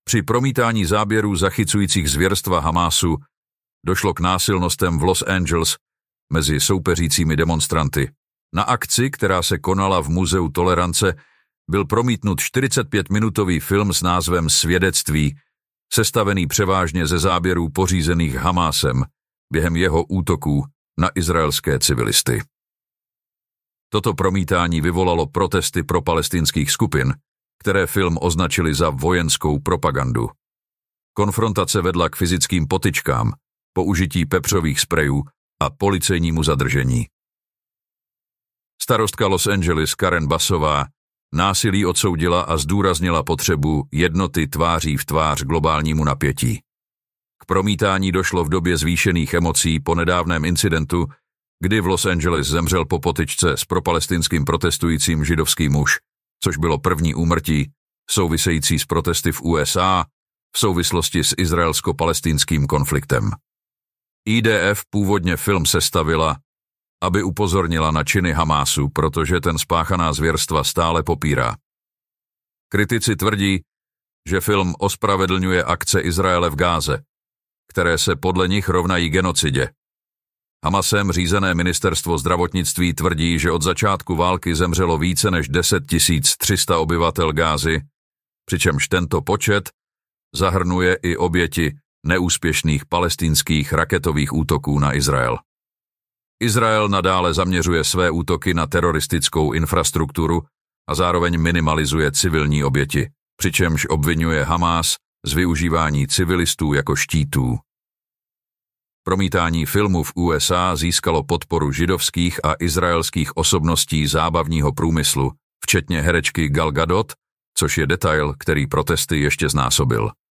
Při promítání záběrů zachycujících zvěrstva Hamásu došlo k násilnostem v Los Angeles mezi soupeřícími demonstranty. Na akci, která se konala v Muzeu tolerance, byl promítnut 45-minutový film s názvem Svědectví, sestavený převážně ze záběrů pořízených Hamásem během jeho útoků na izraelské civilisty. Toto promítání vyvolalo protesty propalestinských skupin, které film označili za vojenskou propagandu. Konfrontace vedla k fyzickým potyčkám, použití pepřových sprejů a policejnímu zadržení. Starostka Los Angeles Karen Bassová násilí odsoudila a zdůraznila potřebu jednoty tváří v tvář globálnímu napětí. K promítání došlo v době zvýšených emocí po nedávném incidentu, kdy v Los Angeles zemřel po potyčce s propalestinským protestujícím židovský muž, což bylo první úmrtí související s protesty v USA v souvislosti s izraelsko-palestinským konfliktem. IDF původně film sestavila, aby upozornila na činy Hamásu, protože ten spáchaná zvěrstva stále popírá. Kritici tvrdí, že film ospravedlňuje akce Izraele v Gáze, které se podle nich rovnají genocidě. Hamasem řízené ministerstvo zdravotnictví tvrdí, že od začátku války zemřelo více než 10 300 obyvatel Gázy, přičemž tento počet zahrnuje i oběti neúspěšných palestinských raketových útoků na Izrael. Izrael nadále zaměřuje své útoky na teroristickou infrastrukturu a zároveň minimalizuje civilní oběti, přičemž obvinuje Hamás z využívání civilistů jako štítů. Promítání filmu v USA získalo podporu židovských a izraelských osobností zábavního průmyslu, včetně herečky Gal Gadot, což je detail, který protesty ještě znásobil.